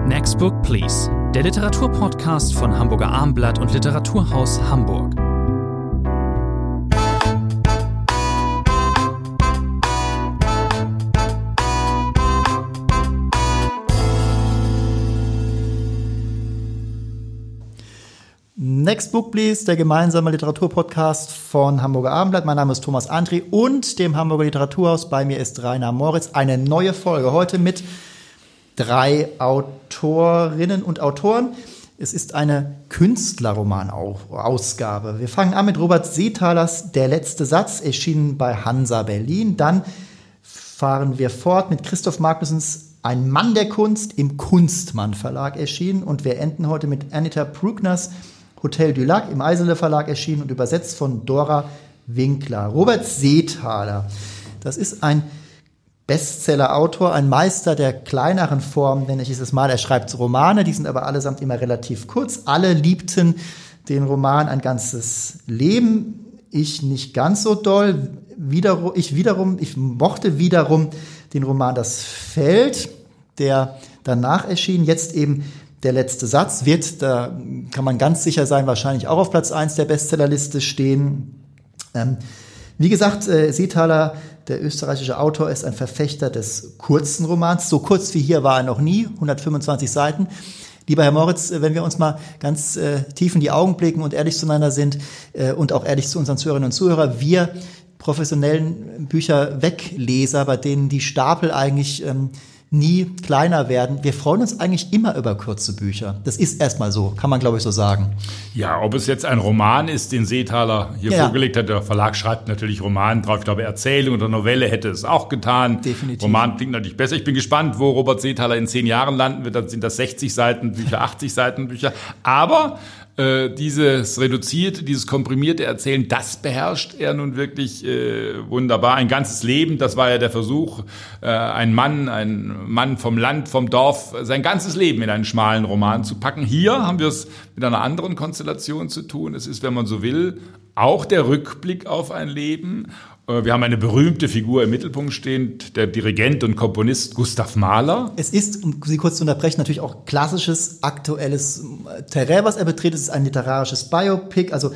Next Book Please, der Literaturpodcast von Hamburger Armblatt und Literaturhaus Hamburg. Next Book Please, der gemeinsame Literaturpodcast von Hamburger Abendblatt. Mein Name ist Thomas Andri und dem Hamburger Literaturhaus. Bei mir ist Rainer Moritz. Eine neue Folge heute mit 3 Autorinnen und Autoren. Es ist eine Künstlerroman-Ausgabe. Wir fangen an mit Robert Seethalers Der letzte Satz, erschienen bei Hansa Berlin. Dann fahren wir fort mit Christoph Magnussens Ein Mann der Kunst im Kunstmann Verlag erschienen. Und wir enden heute mit Anita Bruckners Hotel du Lac im Eisele Verlag erschienen und übersetzt von Dora Winkler. Robert Seethaler, das ist ein Bestseller-Autor, ein Meister der kleineren Form, nenne ich es mal. Er schreibt Romane, die sind aber allesamt immer relativ kurz. Alle liebten den Roman Ein ganzes Leben. Ich nicht ganz so doll. Ich mochte wiederum den Roman Das Feld, der danach erschien. Jetzt eben Der letzte Satz wird, da kann man ganz sicher sein, wahrscheinlich auch auf Platz 1 der Bestsellerliste stehen. Wie gesagt, Seethaler, der österreichische Autor, ist ein Verfechter des kurzen Romans. So kurz wie hier war er noch nie, 125 Seiten. Lieber Herr Moritz, wenn wir uns mal ganz tief in die Augen blicken und ehrlich zueinander sind und auch ehrlich zu unseren Zuhörerinnen und Zuhörern, wir professionellen Bücherwegleser, bei denen die Stapel eigentlich nie kleiner werden. Wir freuen uns eigentlich immer über kurze Bücher. Das ist erstmal so, kann man, glaube ich, so sagen. Ja, ob es jetzt ein Roman ist, den Seethaler hier vorgelegt hat, der Verlag schreibt natürlich Roman drauf. Ich glaube, Erzählung oder Novelle hätte es auch getan. Definitiv. Roman klingt natürlich besser. Ich bin gespannt, wo Robert Seethaler in 10 Jahren landen wird. Dann sind das 60 Seiten Bücher, 80 Seiten Bücher. Aber dieses reduzierte, dieses komprimierte Erzählen, das beherrscht er nun wirklich wunderbar. Ein ganzes Leben, das war ja der Versuch, ein Mann vom Land, vom Dorf, sein ganzes Leben in einen schmalen Roman zu packen. Hier haben wir es mit einer anderen Konstellation zu tun. Es ist, wenn man so will, auch der Rückblick auf ein Leben. Wir haben eine berühmte Figur im Mittelpunkt stehend, der Dirigent und Komponist Gustav Mahler. Es ist, um Sie kurz zu unterbrechen, natürlich auch klassisches, aktuelles Terrain, was er betritt. Es ist ein literarisches Biopic, also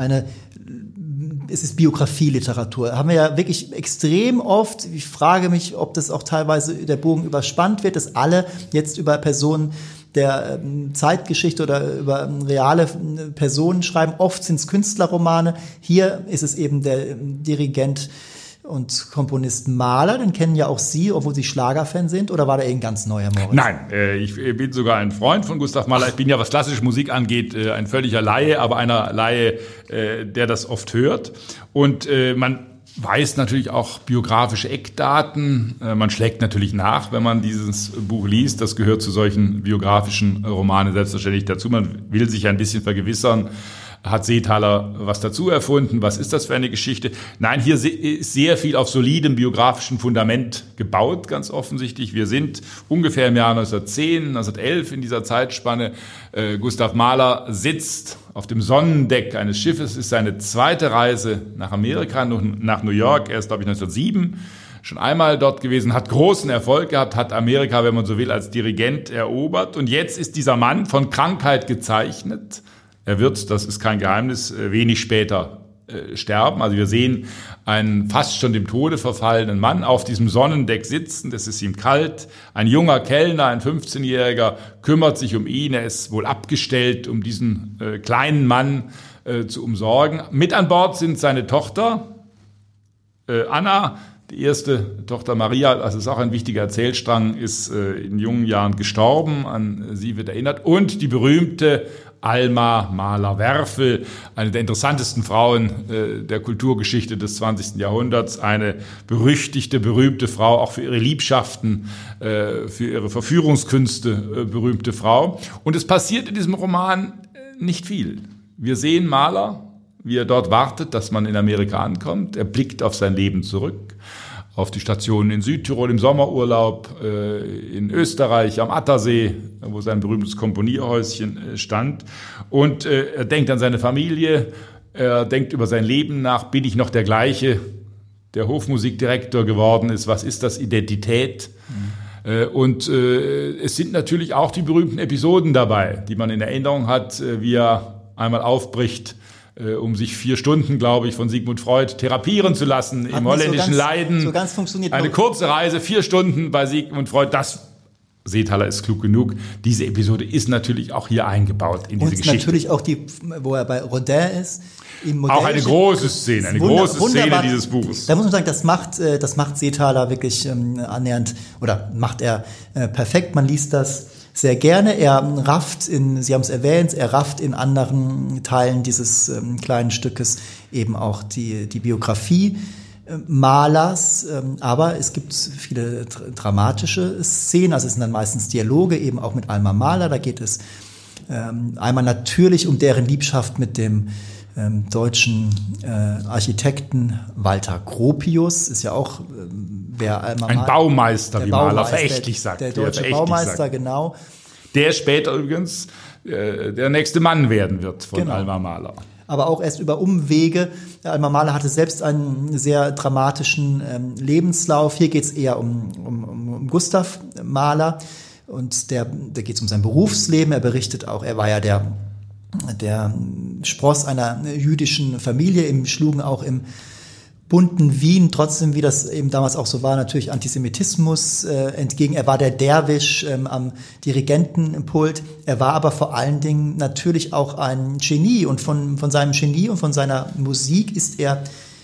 es ist Biografieliteratur. Haben wir ja wirklich extrem oft. Ich frage mich, ob das auch teilweise der Bogen überspannt wird, dass alle jetzt über Personen der Zeitgeschichte oder über reale Personen schreiben. Oft sind es Künstlerromane. Hier ist es eben der Dirigent und Komponist Mahler. Den kennen ja auch Sie, obwohl Sie Schlagerfan sind. Oder war der ein ganz neuer Moritz? Nein, ich bin sogar ein Freund von Gustav Mahler. Ich bin ja, was klassische Musik angeht, ein völliger Laie, aber einer Laie, der das oft hört. Und man weiß natürlich auch biografische Eckdaten. Man schlägt natürlich nach, wenn man dieses Buch liest. Das gehört zu solchen biografischen Romanen selbstverständlich dazu. Man will sich ein bisschen vergewissern. Hat Seethaler was dazu erfunden? Was ist das für eine Geschichte? Nein, hier ist sehr viel auf solidem biografischen Fundament gebaut, ganz offensichtlich. Wir sind ungefähr im Jahr 1910, 1911 in dieser Zeitspanne. Gustav Mahler sitzt auf dem Sonnendeck eines Schiffes. Es ist seine zweite Reise nach Amerika, nach New York. Er ist, glaube ich, 1907 schon einmal dort gewesen, hat großen Erfolg gehabt, hat Amerika, wenn man so will, als Dirigent erobert. Und jetzt ist dieser Mann von Krankheit gezeichnet. Er wird, das ist kein Geheimnis, wenig später sterben. Also wir sehen einen fast schon dem Tode verfallenen Mann auf diesem Sonnendeck sitzen. Es ist ihm kalt. Ein junger Kellner, ein 15-Jähriger, kümmert sich um ihn. Er ist wohl abgestellt, um diesen kleinen Mann zu umsorgen. Mit an Bord sind seine Tochter Anna, die erste Tochter Maria, das ist auch ein wichtiger Erzählstrang, ist in jungen Jahren gestorben. An sie wird erinnert. Und die berühmte Alma Mahler-Werfel, eine der interessantesten Frauen der Kulturgeschichte des 20. Jahrhunderts, eine berühmte Frau, auch für ihre Liebschaften, für ihre Verführungskünste berühmte Frau. Und es passiert in diesem Roman nicht viel. Wir sehen Mahler, wie er dort wartet, dass man in Amerika ankommt. Er blickt auf sein Leben zurück, auf die Stationen in Südtirol im Sommerurlaub, in Österreich am Attersee, wo sein berühmtes Komponierhäuschen stand. Und er denkt an seine Familie, er denkt über sein Leben nach. Bin ich noch der gleiche, der Hofmusikdirektor geworden ist? Was ist das, Identität? Und es sind natürlich auch die berühmten Episoden dabei, die man in Erinnerung hat, wie er einmal aufbricht, um sich 4 Stunden, glaube ich, von Sigmund Freud therapieren zu lassen im holländischen Leiden. So ganz funktioniert. Eine kurze Reise, 4 Stunden bei Sigmund Freud, Seethaler ist klug genug. Diese Episode ist natürlich auch hier eingebaut in diese Geschichte. Und natürlich auch die, wo er bei Rodin ist. Auch eine große Szene, Szene dieses Buches. Da muss man sagen, das macht Seethaler wirklich annähernd, oder macht er perfekt. Man liest das sehr gerne. Sie haben es erwähnt, er rafft in anderen Teilen dieses kleinen Stückes eben auch die Biografie Malers, aber es gibt viele dramatische Szenen, also es sind dann meistens Dialoge, eben auch mit Alma Mahler. Da geht es einmal natürlich um deren Liebschaft mit dem deutschen Architekten Walter Gropius, ist ja auch ein Baumeister, wie Mahler verächtlich sagt. Der deutsche Baumeister, genau. Der später übrigens der nächste Mann werden wird von Alma Mahler. Aber auch erst über Umwege. Alma Mahler hatte selbst einen sehr dramatischen Lebenslauf. Hier geht es eher um Gustav Mahler und da geht es um sein Berufsleben. Er berichtet auch, er war ja der Spross einer jüdischen Familie, schlugen auch im bunten Wien, trotzdem, wie das eben damals auch so war, natürlich Antisemitismus entgegen. Er war der Derwisch am Dirigentenpult. Er war aber vor allen Dingen natürlich auch ein Genie. Und von seinem Genie und von seiner Musik ist er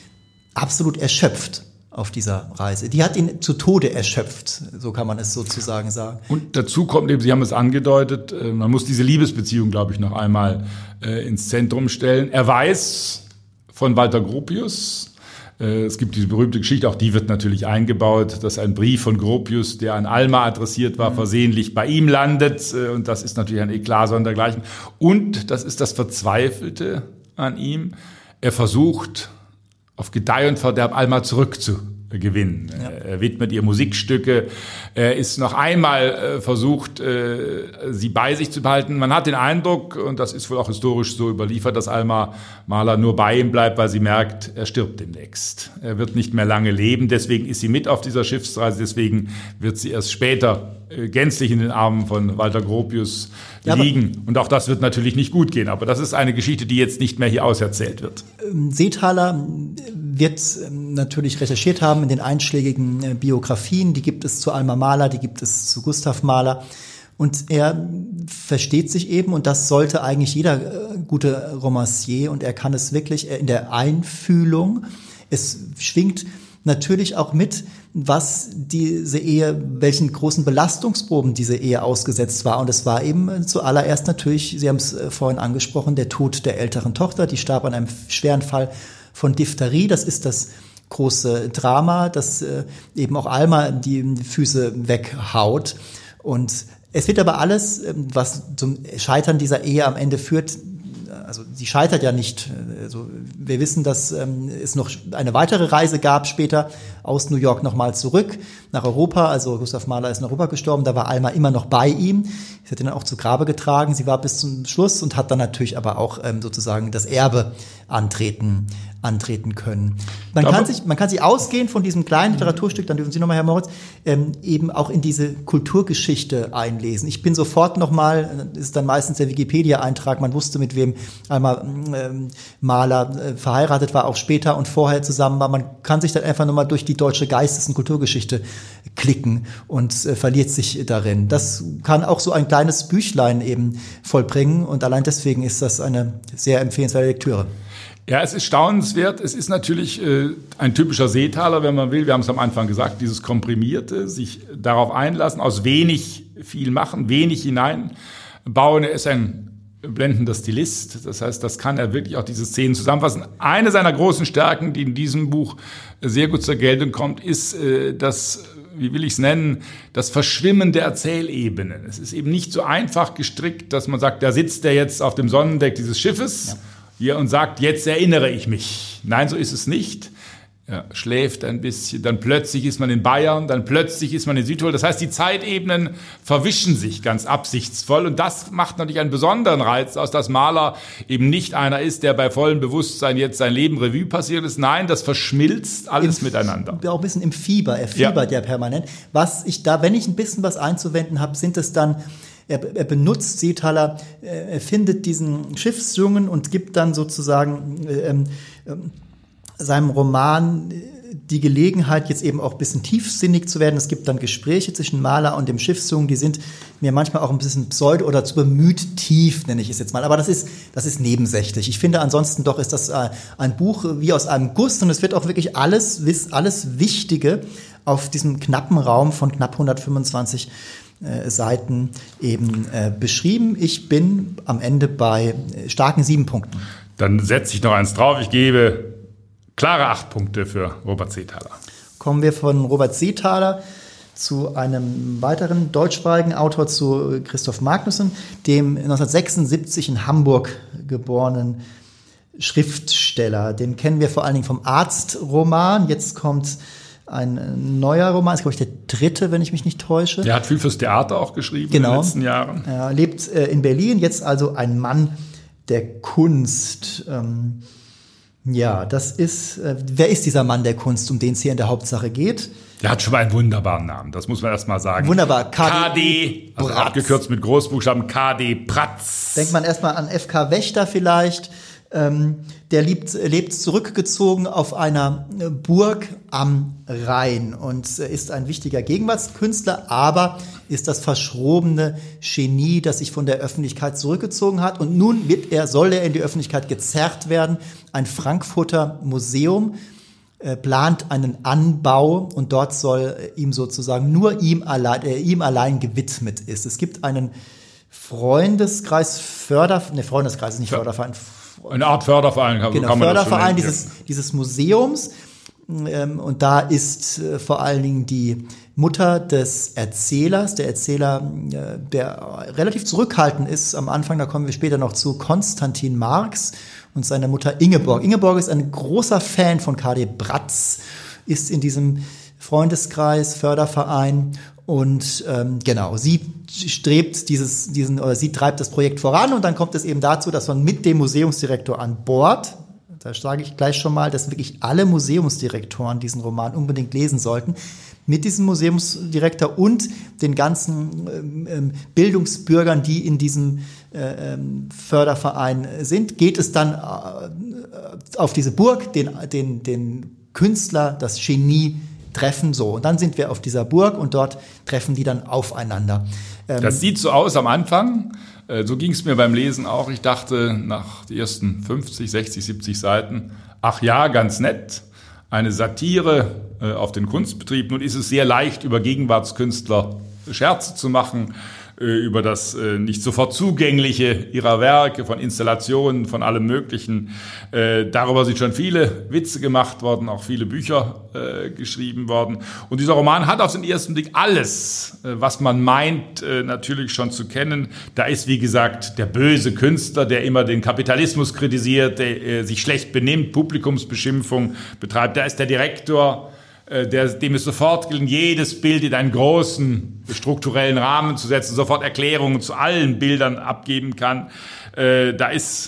absolut erschöpft auf dieser Reise. Die hat ihn zu Tode erschöpft, so kann man es sozusagen sagen. Und dazu kommt eben, Sie haben es angedeutet, man muss diese Liebesbeziehung, glaube ich, noch einmal ins Zentrum stellen. Er weiß von Walter Gropius. Es gibt diese berühmte Geschichte, auch die wird natürlich eingebaut, dass ein Brief von Gropius, der an Alma adressiert war, versehentlich bei ihm landet. Und das ist natürlich ein Eklat sondergleichen. Und das ist das Verzweifelte an ihm. Er versucht, auf Gedeih und Verderb Alma zurückzugewinnen. Ja. Er widmet ihr Musikstücke. Er ist noch einmal versucht, sie bei sich zu behalten. Man hat den Eindruck, und das ist wohl auch historisch so überliefert, dass Alma Mahler nur bei ihm bleibt, weil sie merkt, er stirbt demnächst. Er wird nicht mehr lange leben. Deswegen ist sie mit auf dieser Schiffsreise. Deswegen wird sie erst später gänzlich in den Armen von Walter Gropius liegen. Und auch das wird natürlich nicht gut gehen. Aber das ist eine Geschichte, die jetzt nicht mehr hier auserzählt wird. Seethaler wird natürlich recherchiert haben in den einschlägigen Biografien. Die gibt es zu Alma Mahler, die gibt es zu Gustav Mahler. Und er versteht sich eben, und das sollte eigentlich jeder gute Romancier, und er kann es wirklich in der Einfühlung. Es schwingt natürlich auch mit, was diese Ehe, welchen großen Belastungsproben diese Ehe ausgesetzt war. Und es war eben zuallererst natürlich, Sie haben es vorhin angesprochen, der Tod der älteren Tochter. Die starb an einem schweren Fall von Diphtherie. Das ist das große Drama, das eben auch Alma die Füße weghaut. Und es wird aber alles, was zum Scheitern dieser Ehe am Ende führt, also sie scheitert ja nicht. Also wir wissen, dass es noch eine weitere Reise gab später aus New York nochmal zurück nach Europa. Also Gustav Mahler ist in Europa gestorben, da war Alma immer noch bei ihm. Sie hat ihn dann auch zu Grabe getragen. Sie war bis zum Schluss und hat dann natürlich aber auch sozusagen das Erbe antreten können. Man kann sich ausgehend von diesem kleinen Literaturstück, dann dürfen Sie nochmal, Herr Moritz, eben auch in diese Kulturgeschichte einlesen. Ich bin sofort nochmal, ist dann meistens der Wikipedia-Eintrag, man wusste, mit wem Alma Mahler verheiratet war, auch später und vorher zusammen war. Man kann sich dann einfach nochmal durch die deutsche Geistes- und Kulturgeschichte klicken und verliert sich darin. Das kann auch so ein kleines Büchlein eben vollbringen, und allein deswegen ist das eine sehr empfehlenswerte Lektüre. Ja, es ist staunenswert. Es ist natürlich ein typischer Seethaler, wenn man will. Wir haben es am Anfang gesagt, dieses Komprimierte, sich darauf einlassen, aus wenig viel machen, wenig hineinbauen. Er ist ein blendender Stilist. Das heißt, das kann er wirklich auch diese Szenen zusammenfassen. Eine seiner großen Stärken, die in diesem Buch sehr gut zur Geltung kommt, ist das, wie will ich es nennen, das Verschwimmen der Erzählebenen. Es ist eben nicht so einfach gestrickt, dass man sagt, da sitzt er jetzt auf dem Sonnendeck dieses Schiffes. Ja. Hier und sagt, jetzt erinnere ich mich. Nein, so ist es nicht. schläft ein bisschen, dann plötzlich ist man in Bayern, dann plötzlich ist man in Südtirol. Das heißt, die Zeitebenen verwischen sich ganz absichtsvoll und das macht natürlich einen besonderen Reiz aus, dass Mahler eben nicht einer ist, der bei vollem Bewusstsein jetzt sein Leben Revue passiert ist. Nein, das verschmilzt alles miteinander. Auch ein bisschen im Fieber, er fiebert ja permanent. Wenn ich ein bisschen was einzuwenden habe, sind es dann, er benutzt Seethaler, er findet diesen Schiffsjungen und gibt dann sozusagen seinem Roman die Gelegenheit, jetzt eben auch ein bisschen tiefsinnig zu werden. Es gibt dann Gespräche zwischen Mahler und dem Schiffsjungen, die sind mir manchmal auch ein bisschen pseudo oder zu bemüht tief, nenne ich es jetzt mal. Aber das ist nebensächlich. Ich finde ansonsten doch ist das ein Buch wie aus einem Guss und es wird auch wirklich alles Wichtige auf diesem knappen Raum von knapp 125 Seiten eben beschrieben. Ich bin am Ende bei starken 7 Punkten. Dann setze ich noch eins drauf. Ich gebe klare 8 Punkte für Robert Seethaler. Kommen wir von Robert Seethaler zu einem weiteren deutschsprachigen Autor, zu Christoph Magnussen, dem 1976 in Hamburg geborenen Schriftsteller. Den kennen wir vor allen Dingen vom Arztroman. Jetzt kommt ein neuer Roman, ist, glaube ich, der 3., wenn ich mich nicht täusche. Der hat viel fürs Theater auch geschrieben in den letzten Jahren. Er lebt in Berlin, jetzt also ein Mann der Kunst. Das ist, wer ist dieser Mann der Kunst, um den es hier in der Hauptsache geht? Der hat schon mal einen wunderbaren Namen, das muss man erst mal sagen. Wunderbar, KD, also abgekürzt mit Großbuchstaben, KD Pratz. Denkt man erstmal an F.K. Wächter vielleicht. Der lebt zurückgezogen auf einer Burg am Rhein und ist ein wichtiger Gegenwartskünstler, aber ist das verschrobene Genie, das sich von der Öffentlichkeit zurückgezogen hat. Und nun soll er in die Öffentlichkeit gezerrt werden. Ein Frankfurter Museum plant einen Anbau und dort soll ihm sozusagen nur ihm allein gewidmet ist. Es gibt einen Freundeskreis, Freundeskreis ist nicht Förderverein. Eine Art Förderverein, kann man Förderverein das so nennen, dieses Museums. Und da ist vor allen Dingen die Mutter des Erzählers, der Erzähler, der relativ zurückhaltend ist am Anfang, da kommen wir später noch zu, Konstantin Marx und seiner Mutter Ingeborg. Ingeborg ist ein großer Fan von KD Pratz, ist in diesem Freundeskreis, Förderverein und sie sie treibt das Projekt voran und dann kommt es eben dazu, dass man mit dem Museumsdirektor an Bord, da sage ich gleich schon mal, dass wirklich alle Museumsdirektoren diesen Roman unbedingt lesen sollten, mit diesem Museumsdirektor und den ganzen Bildungsbürgern, die in diesem Förderverein sind, geht es dann auf diese Burg, den Künstler, das Genie treffen, so. Und dann sind wir auf dieser Burg und dort treffen die dann aufeinander. Das sieht so aus am Anfang. So ging es mir beim Lesen auch. Ich dachte nach den ersten 50, 60, 70 Seiten, ach ja, ganz nett. Eine Satire auf den Kunstbetrieb. Nun ist es sehr leicht, über Gegenwartskünstler Scherze zu machen, über das nicht sofort Zugängliche ihrer Werke, von Installationen, von allem Möglichen. Darüber sind schon viele Witze gemacht worden, auch viele Bücher geschrieben worden. Und dieser Roman hat auf den ersten Blick alles, was man meint, natürlich schon zu kennen. Da ist, wie gesagt, der böse Künstler, der immer den Kapitalismus kritisiert, der sich schlecht benimmt, Publikumsbeschimpfung betreibt. Da ist der Direktor, dem es sofort gelingt, jedes Bild in einen großen strukturellen Rahmen zu setzen, sofort Erklärungen zu allen Bildern abgeben kann. Da ist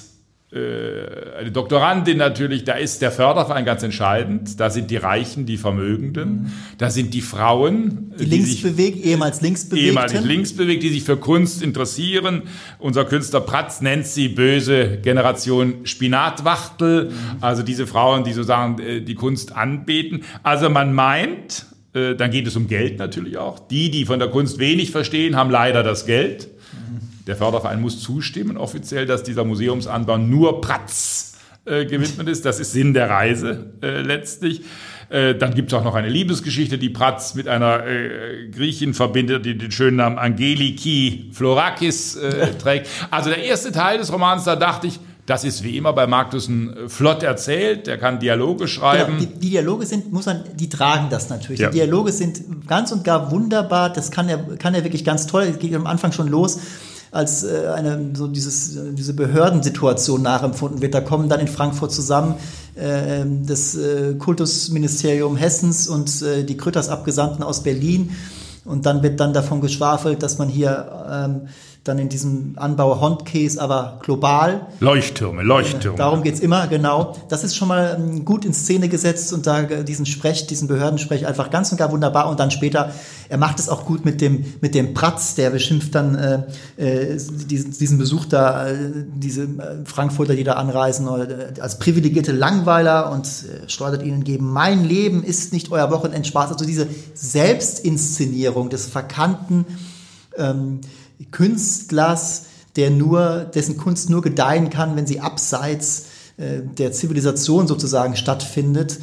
eine Doktorandin natürlich, da ist der Förderverein ganz entscheidend. Da sind die Reichen, die Vermögenden, da sind die Frauen, ehemals linksbewegt, die sich für Kunst interessieren. Unser Künstler Pratz nennt sie böse Generation Spinatwachtel, also diese Frauen, die sozusagen die Kunst anbeten. Also man meint, dann geht es um Geld natürlich auch. Die von der Kunst wenig verstehen, haben leider das Geld. Der Förderverein muss zustimmen offiziell, dass dieser Museumsanbau nur Pratz gewidmet ist. Das ist Sinn der Reise letztlich. Dann gibt es auch noch eine Liebesgeschichte, die Pratz mit einer Griechin verbindet, die den schönen Namen Angeliki Florakis trägt. Also der erste Teil des Romans, da dachte ich, das ist wie immer bei Magnussen flott erzählt, der kann Dialoge schreiben. Genau, die Dialoge die tragen das natürlich. Ja. Die Dialoge sind ganz und gar wunderbar, das kann er wirklich ganz toll, es geht am Anfang schon los. als diese Behördensituation nachempfunden wird. Da kommen dann in Frankfurt zusammen das Kultusministerium Hessens und die Grütters-Abgesandten aus Berlin. Und dann wird dann davon geschwafelt, dass man hier dann in diesem Anbau Hondkäse, aber global. Leuchttürme. Darum geht's immer, genau. Das ist schon mal gut in Szene gesetzt und da diesen Behördensprech einfach ganz und gar wunderbar. Und dann später, er macht es auch gut mit dem Pratz, der beschimpft dann diesen Besuch da, diese Frankfurter, die da anreisen, als privilegierte Langweiler und schleudert ihnen entgegen, mein Leben ist nicht euer Wochenendspaß. Also diese Selbstinszenierung des verkannten Künstlers, dessen Kunst nur gedeihen kann, wenn sie abseits der Zivilisation sozusagen stattfindet,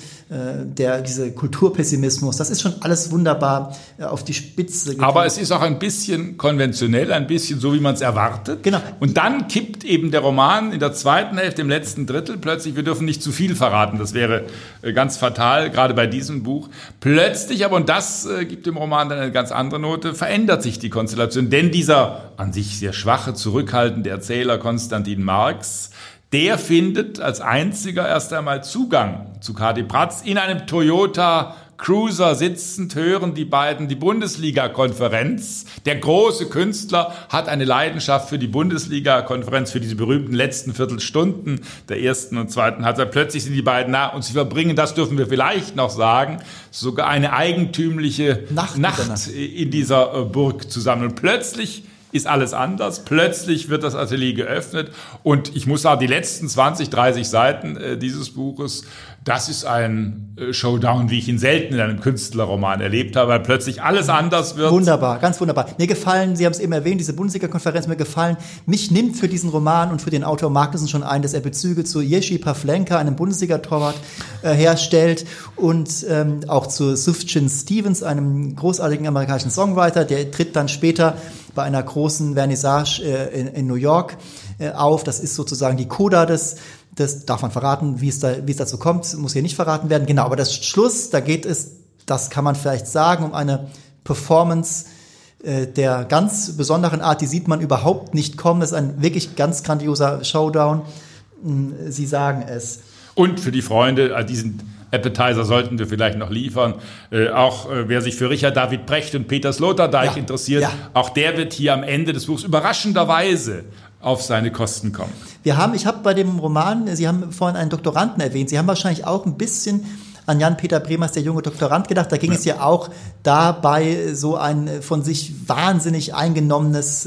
dieser Kulturpessimismus, das ist schon alles wunderbar auf die Spitze getrieben. Aber es ist auch ein bisschen konventionell, ein bisschen so, wie man es erwartet. Genau. Und dann kippt eben der Roman in der zweiten Hälfte, im letzten Drittel, plötzlich, wir dürfen nicht zu viel verraten, das wäre ganz fatal, gerade bei diesem Buch. Plötzlich aber, und das gibt dem Roman dann eine ganz andere Note, verändert sich die Konstellation. Denn dieser an sich sehr schwache, zurückhaltende Erzähler Konstantin Marx, der findet als einziger erst einmal Zugang zu Kati Pratz. In einem Toyota Cruiser sitzend hören die beiden die Bundesliga-Konferenz. Der große Künstler hat eine Leidenschaft für die Bundesliga-Konferenz, für diese berühmten letzten Viertelstunden der ersten und zweiten Halbzeit. Plötzlich sind die beiden nah und sie verbringen, das dürfen wir vielleicht noch sagen, sogar eine eigentümliche Nacht in dieser Burg zusammen. Und plötzlich ist alles anders. Plötzlich wird das Atelier geöffnet und ich muss sagen, die letzten 20, 30 Seiten dieses Buches, das ist ein Showdown, wie ich ihn selten in einem Künstlerroman erlebt habe, weil plötzlich alles anders wird. Wunderbar, ganz wunderbar. Mir gefallen, Sie haben es eben erwähnt, diese Bundesliga-Konferenz, mich nimmt für diesen Roman und für den Autor Magnussen schon ein, dass er Bezüge zu Jerzy Pavlenka, einem Bundesliga-Torwart, herstellt und auch zu Sufjan Stevens, einem großartigen amerikanischen Songwriter, der tritt dann später bei einer großen Vernissage in New York auf. Das ist sozusagen die Coda das darf man verraten, wie es dazu kommt, muss hier nicht verraten werden. Genau, aber das Schluss, da geht es, das kann man vielleicht sagen, um eine Performance der ganz besonderen Art, die sieht man überhaupt nicht kommen. Das ist ein wirklich ganz grandioser Showdown. Sie sagen es. Und für die Freunde, diesen Appetizer sollten wir vielleicht noch liefern. Auch wer sich für Richard David Brecht und Peter Sloterdijk interessiert, auch der wird hier am Ende des Buchs überraschenderweise auf seine Kosten kommen. Ich habe bei dem Roman, Sie haben vorhin einen Doktoranden erwähnt, Sie haben wahrscheinlich auch ein bisschen an Jan-Peter Bremers, der junge Doktorand, gedacht. Da ging es ja auch dabei so ein von sich wahnsinnig eingenommenes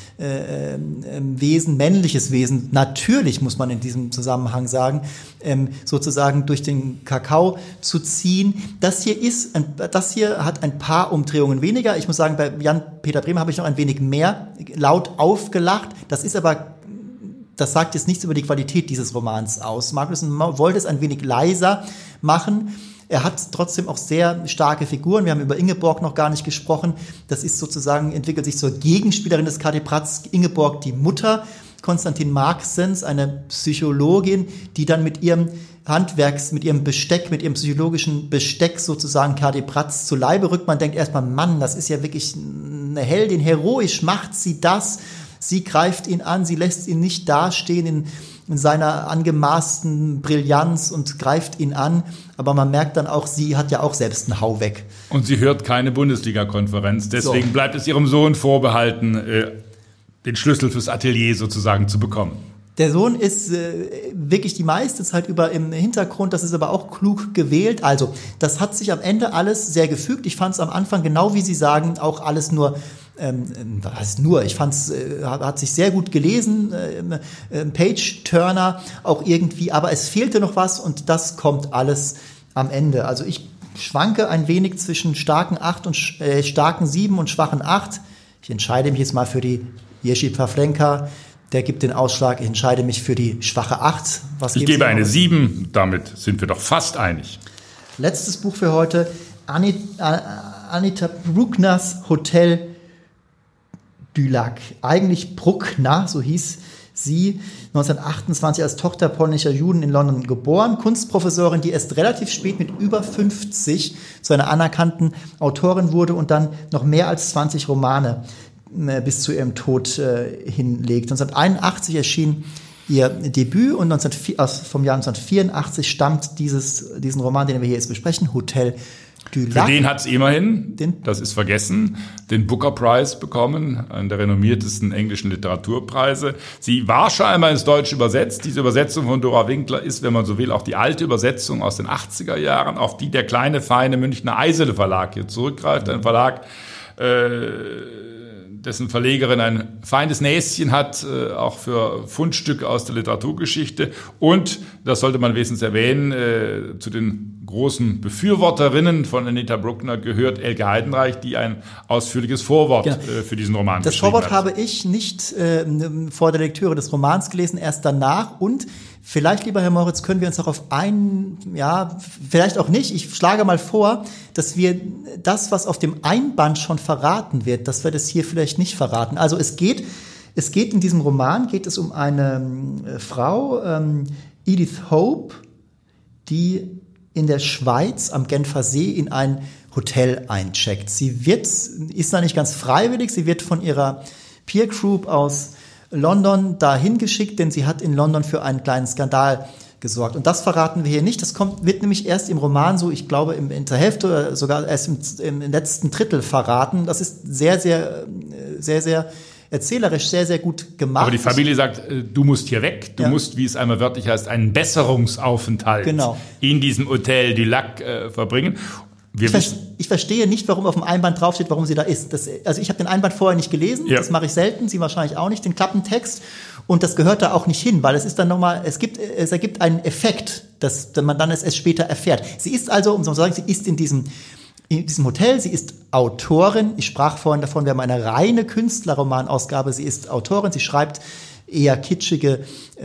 Wesen, männliches Wesen, natürlich muss man in diesem Zusammenhang sagen, sozusagen durch den Kakao zu ziehen. Das hier hat ein paar Umdrehungen weniger. Ich muss sagen, bei Jan-Peter Bremer habe ich noch ein wenig mehr laut aufgelacht. Das sagt jetzt nichts über die Qualität dieses Romans aus. Magnussen wollte es ein wenig leiser machen. Er hat trotzdem auch sehr starke Figuren. Wir haben über Ingeborg noch gar nicht gesprochen. Das ist sozusagen, entwickelt sich zur Gegenspielerin des Kati Pratz. Ingeborg, die Mutter Konstantin Marxens, eine Psychologin, die dann mit ihrem Besteck, mit ihrem psychologischen Besteck sozusagen Kati Pratz zu Leibe rückt. Man denkt erstmal, Mann, das ist ja wirklich eine Heldin. Heroisch macht sie das. Sie greift ihn an, sie lässt ihn nicht dastehen in seiner angemaßten Brillanz und greift ihn an. Aber man merkt dann auch, sie hat ja auch selbst einen Hau weg. Und sie hört keine Bundesliga-Konferenz. Deswegen bleibt es ihrem Sohn vorbehalten, den Schlüssel fürs Atelier sozusagen zu bekommen. Der Sohn ist wirklich die meiste Zeit über im Hintergrund, das ist aber auch klug gewählt. Also, das hat sich am Ende alles sehr gefügt. Ich fand es am Anfang, genau wie Sie sagen, auch alles nur ich fand's, hat sich sehr gut gelesen, Page-Turner auch irgendwie, aber es fehlte noch was und das kommt alles am Ende. Also ich schwanke ein wenig zwischen starken 7 und schwachen 8. Ich entscheide mich jetzt mal für die Jerzy Pavlenka, der gibt den Ausschlag, ich entscheide mich für die schwache 8. Ich gebe eine 7, damit sind wir doch fast einig. Letztes Buch für heute, Anita Bruckners Hotel du Lac. Eigentlich Bruckner, so hieß sie, 1928 als Tochter polnischer Juden in London geboren, Kunstprofessorin, die erst relativ spät mit über 50 zu einer anerkannten Autorin wurde und dann noch mehr als 20 Romane bis zu ihrem Tod hinlegt. 1981 erschien ihr Debüt und vom Jahr 1984 stammt diesen Roman, den wir hier jetzt besprechen, Hotel du Lac. Für den hat es immerhin, das ist vergessen, den Booker Prize bekommen, einen der renommiertesten englischen Literaturpreise. Sie war schon einmal ins Deutsche übersetzt. Diese Übersetzung von Dora Winkler ist, wenn man so will, auch die alte Übersetzung aus den 80er Jahren, auf die der kleine, feine Münchner Eisele Verlag hier zurückgreift. Ein Verlag, dessen Verlegerin ein feines Näschen hat, auch für Fundstücke aus der Literaturgeschichte. Und, das sollte man wenigstens erwähnen, zu den großen Befürworterinnen von Anita Bruckner gehört Elke Heidenreich, die ein ausführliches Vorwort für diesen Roman geschrieben hat. Das Vorwort habe ich nicht vor der Lektüre des Romans gelesen, erst danach. Und vielleicht, lieber Herr Moritz, können wir uns auch auf vielleicht auch nicht, ich schlage mal vor, dass wir das, was auf dem Einband schon verraten wird, dass wir das hier vielleicht nicht verraten. Also es geht in diesem Roman, geht es um eine Frau, Edith Hope, die in der Schweiz am Genfer See in ein Hotel eincheckt. Sie ist da nicht ganz freiwillig, sie wird von ihrer Peer Group aus London dahin geschickt, denn sie hat in London für einen kleinen Skandal gesorgt. Und das verraten wir hier nicht. Das wird nämlich erst im Roman so, ich glaube, in der Hälfte oder sogar erst im letzten Drittel verraten. Das ist sehr, sehr, sehr, sehr erzählerisch sehr, sehr gut gemacht. Aber die Familie sagt, du musst hier weg, du musst, wie es einmal wörtlich heißt, einen Besserungsaufenthalt in diesem Hotel du Lac verbringen. Ich verstehe nicht, warum auf dem Einband draufsteht, warum sie da ist. Also ich habe den Einband vorher nicht gelesen, das mache ich selten, Sie wahrscheinlich auch nicht, den Klappentext. Und das gehört da auch nicht hin, weil es ist dann nochmal, es ergibt einen Effekt, dass man dann es später erfährt. Sie ist also, um so zu sagen, sie ist in diesem Hotel, sie ist Autorin. Ich sprach vorhin davon, wir haben eine reine Künstlerromanausgabe. Sie ist Autorin, sie schreibt eher kitschige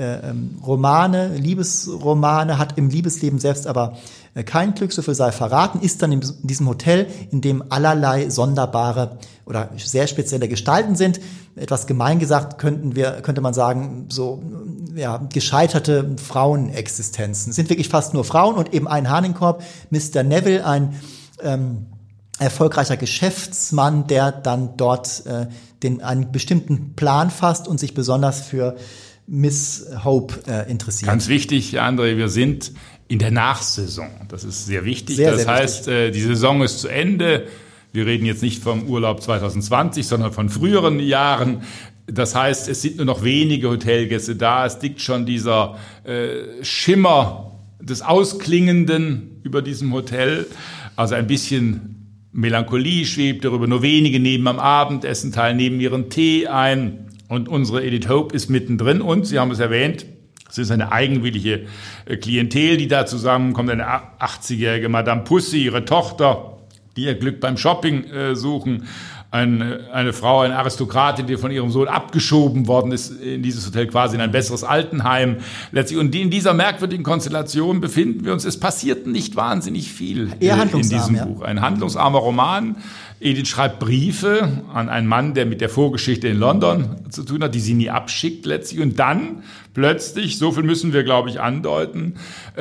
Romane, Liebesromane, hat im Liebesleben selbst aber kein Glück, so viel sei verraten, ist dann in diesem Hotel, in dem allerlei sonderbare oder sehr spezielle Gestalten sind. Etwas gemein gesagt könnte man sagen, so gescheiterte Frauenexistenzen. Es sind wirklich fast nur Frauen und eben ein Hahnenkorb, Mr. Neville, ein erfolgreicher Geschäftsmann, der dann dort einen bestimmten Plan fasst und sich besonders für Miss Hope interessiert. Ganz wichtig, André, wir sind in der Nachsaison. Das ist sehr wichtig. Das heißt, die Saison ist zu Ende. Wir reden jetzt nicht vom Urlaub 2020, sondern von früheren Jahren. Das heißt, es sind nur noch wenige Hotelgäste da. Es liegt schon dieser Schimmer des Ausklingenden über diesem Hotel. Also ein bisschen Melancholie schwebt darüber. Nur wenige nehmen am Abendessen teil, nehmen ihren Tee ein. Und unsere Edith Hope ist mittendrin. Und, Sie haben es erwähnt, es ist eine eigenwillige Klientel, die da zusammenkommt. Eine 80-jährige Madame Pussy, ihre Tochter, die ihr Glück beim Shopping suchen. Eine Frau, eine Aristokratin, die von ihrem Sohn abgeschoben worden ist in dieses Hotel, quasi in ein besseres Altenheim letztlich. Und in dieser merkwürdigen Konstellation befinden wir uns. Es passiert nicht wahnsinnig viel in diesem Buch. Ein handlungsarmer Roman. Edith schreibt Briefe an einen Mann, der mit der Vorgeschichte in London zu tun hat, die sie nie abschickt letztlich. Und dann plötzlich, so viel müssen wir, glaube ich, andeuten,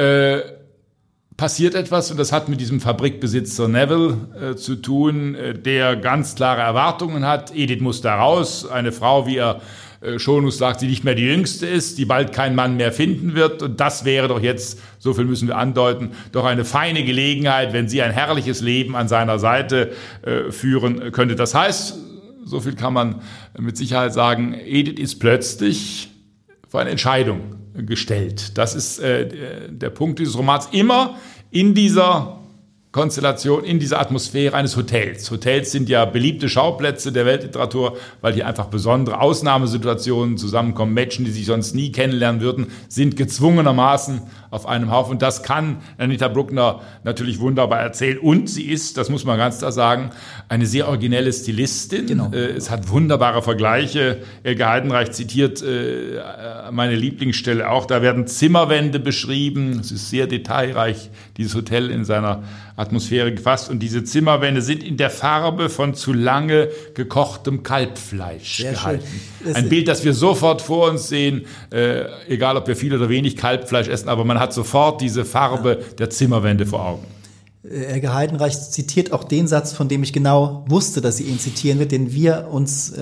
passiert etwas, und das hat mit diesem Fabrikbesitzer Neville zu tun, der ganz klare Erwartungen hat. Edith muss da raus. Eine Frau, wie er Schonus sagt, die nicht mehr die Jüngste ist, die bald kein Mann mehr finden wird. Und das wäre doch jetzt, so viel müssen wir andeuten, doch eine feine Gelegenheit, wenn sie ein herrliches Leben an seiner Seite führen könnte. Das heißt, so viel kann man mit Sicherheit sagen, Edith ist plötzlich vor eine Entscheidung gestellt. Das ist der Punkt dieses Romans. Immer in dieser Konstellation, in dieser Atmosphäre eines Hotels. Hotels sind ja beliebte Schauplätze der Weltliteratur, weil hier einfach besondere Ausnahmesituationen zusammenkommen. Menschen, die sich sonst nie kennenlernen würden, sind gezwungenermaßen auf einem Haufen. Und das kann Anita Bruckner natürlich wunderbar erzählen. Und sie ist, das muss man ganz klar sagen, eine sehr originelle Stilistin. Genau. Es hat wunderbare Vergleiche. Elke Heidenreich zitiert meine Lieblingsstelle auch. Da werden Zimmerwände beschrieben. Es ist sehr detailreich, dieses Hotel in seiner Atmosphäre gefasst. Und diese Zimmerwände sind in der Farbe von zu lange gekochtem Kalbfleisch gehalten. Ein Bild, das wir sofort vor uns sehen, egal ob wir viel oder wenig Kalbfleisch essen, aber man hat sofort diese Farbe der Zimmerwände vor Augen. Elke Heidenreich zitiert auch den Satz, von dem ich genau wusste, dass sie ihn zitieren wird, den wir uns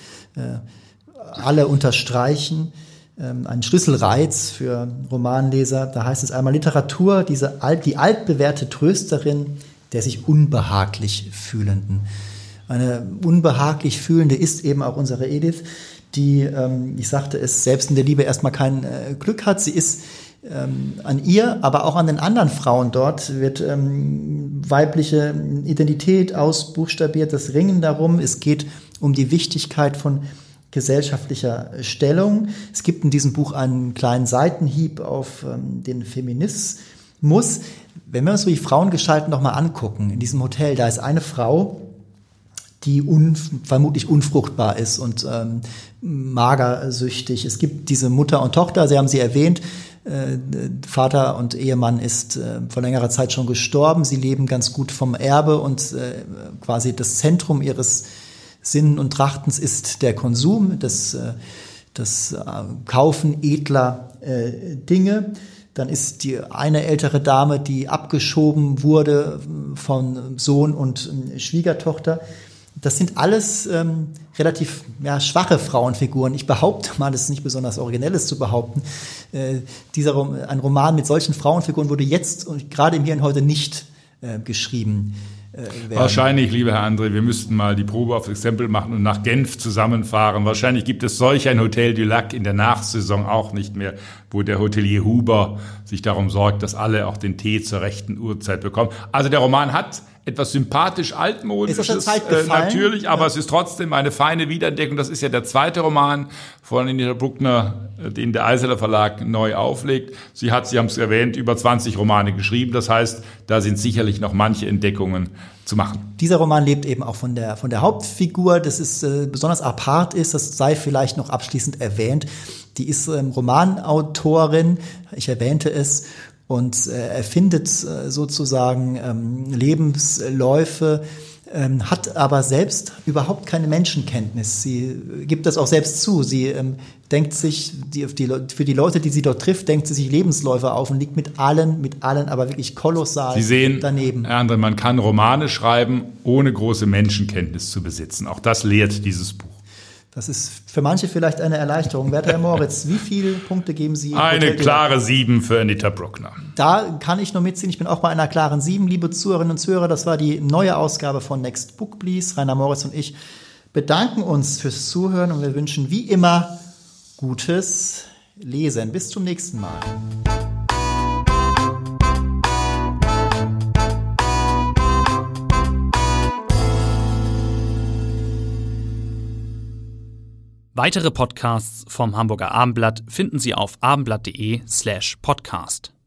alle unterstreichen. Ein Schlüsselreiz für Romanleser. Da heißt es einmal: Literatur, die altbewährte Trösterin der sich unbehaglich Fühlenden. Eine unbehaglich Fühlende ist eben auch unsere Edith, die, ich sagte es, selbst in der Liebe erstmal kein Glück hat. Sie ist an ihr, aber auch an den anderen Frauen dort wird weibliche Identität ausbuchstabiert, das Ringen darum. Es geht um die Wichtigkeit von gesellschaftlicher Stellung. Es gibt in diesem Buch einen kleinen Seitenhieb auf den Feminismus. Wenn wir uns so die Frauengestalten noch mal angucken, in diesem Hotel, da ist eine Frau, die vermutlich unfruchtbar ist und magersüchtig. Es gibt diese Mutter und Tochter, Sie haben sie erwähnt. Vater und Ehemann ist vor längerer Zeit schon gestorben. Sie leben ganz gut vom Erbe und quasi das Zentrum ihres Sinnen und Trachtens ist der Konsum, das Kaufen edler Dinge. Dann ist die eine ältere Dame, die abgeschoben wurde von Sohn und Schwiegertochter. Das sind alles relativ schwache Frauenfiguren. Ich behaupte mal, das ist nicht besonders Originelles zu behaupten. Ein Roman mit solchen Frauenfiguren wurde jetzt und gerade im Hier und Heute nicht geschrieben werden. Wahrscheinlich, lieber Herr André, wir müssten mal die Probe aufs Exempel machen und nach Genf zusammenfahren. Wahrscheinlich gibt es solch ein Hotel du Lac in der Nachsaison auch nicht mehr, wo der Hotelier Huber sich darum sorgt, dass alle auch den Tee zur rechten Uhrzeit bekommen. Also der Roman hat etwas sympathisch altmodisches, natürlich, aber es ist trotzdem eine feine Wiederentdeckung. Das ist ja der zweite Roman von Anita Bruckner, den der Eisele Verlag neu auflegt. Sie haben es erwähnt, über 20 Romane geschrieben. Das heißt, da sind sicherlich noch manche Entdeckungen zu machen. Dieser Roman lebt eben auch von der Hauptfigur, das ist besonders apart ist, das sei vielleicht noch abschließend erwähnt. Die ist Romanautorin, ich erwähnte es, und erfindet sozusagen Lebensläufe, hat aber selbst überhaupt keine Menschenkenntnis. Sie gibt das auch selbst zu. Sie denkt sich, für die Leute, die sie dort trifft, denkt sie sich Lebensläufe auf und liegt mit allen aber wirklich kolossal daneben. Sie sehen, Herr André, man kann Romane schreiben, ohne große Menschenkenntnis zu besitzen. Auch das lehrt dieses Buch. Das ist für manche vielleicht eine Erleichterung. Werter Herr Moritz, wie viele Punkte geben Sie? Eine klare 7 für Anita Bruckner. Da kann ich nur mitziehen. Ich bin auch bei einer klaren 7, liebe Zuhörerinnen und Zuhörer. Das war die neue Ausgabe von Next Book Please. Rainer Moritz und ich bedanken uns fürs Zuhören und wir wünschen wie immer gutes Lesen. Bis zum nächsten Mal. Weitere Podcasts vom Hamburger Abendblatt finden Sie auf abendblatt.de/podcast.